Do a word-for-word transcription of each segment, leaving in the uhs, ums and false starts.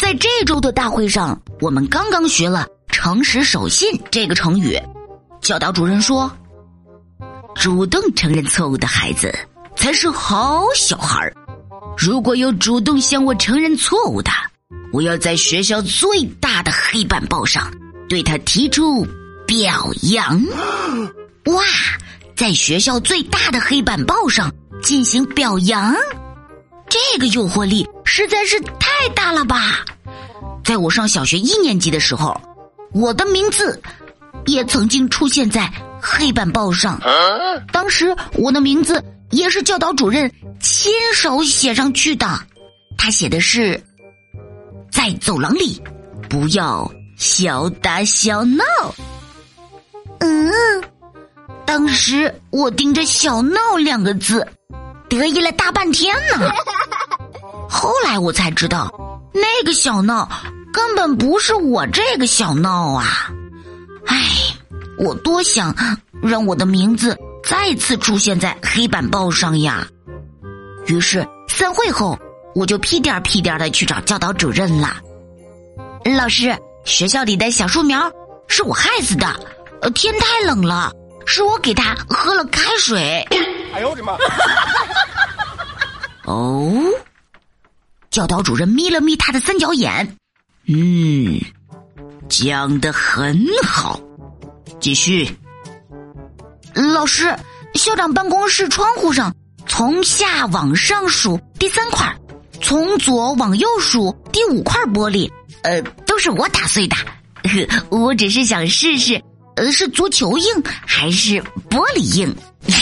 在这周的大会上，我们刚刚学了诚实守信这个成语。教导主任说，主动承认错误的孩子才是好小孩，如果有主动向我承认错误的，我要在学校最大的黑板报上对他提出表扬。哇，在学校最大的黑板报上进行表扬，这个诱惑力实在是太大了吧。在我上小学一年级的时候，我的名字也曾经出现在黑板报上，当时我的名字也是教导主任亲手写上去的。他写的是，在走廊里不要小打小闹。嗯，当时我盯着小闹两个字得意了大半天呢。后来我才知道，那个小闹根本不是我这个小闹啊。唉，我多想让我的名字再次出现在黑板报上呀。于是散会后，我就屁颠儿屁颠儿的去找教导主任了。老师，学校里的小树苗是我害死的，呃，天太冷了，是我给它喝了开水。 哎呦我的妈！ 哦，教导主任眯了眯他的三角眼，嗯，讲得很好，继续。老师，校长办公室窗户上从下往上数第三块，从左往右数第五块玻璃，呃，都是我打碎的。我只是想试试，呃，是足球硬还是玻璃硬？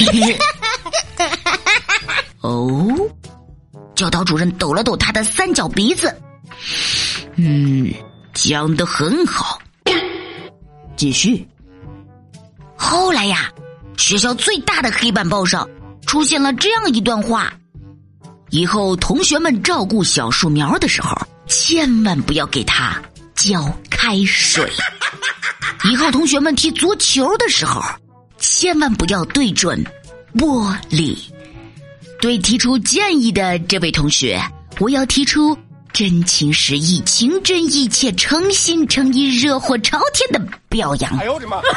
哦，教导主任抖了抖他的三角鼻子，嗯，讲得很好，继续。后来呀，学校最大的黑板报上出现了这样一段话：以后同学们照顾小树苗的时候，千万不要给它浇开水；以后同学们踢足球的时候，千万不要对准玻璃。对提出建议的这位同学，我要提出真情实意、情真意切、诚心诚意、热火朝天的表扬。 哎呦我的妈！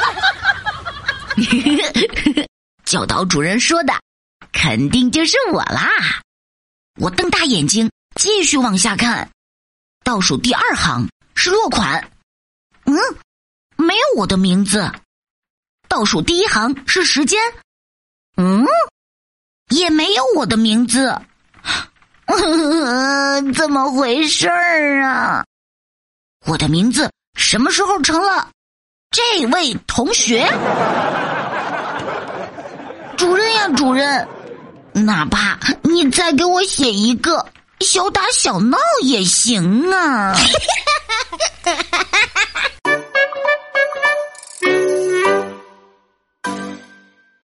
教导主任说的肯定就是我啦。我瞪大眼睛继续往下看，倒数第二行是落款，嗯，没有我的名字。倒数第一行是时间，嗯，也没有我的名字。怎么回事儿啊？我的名字什么时候成了这位同学？主任呀主任，哪怕你再给我写一个小打小闹也行啊。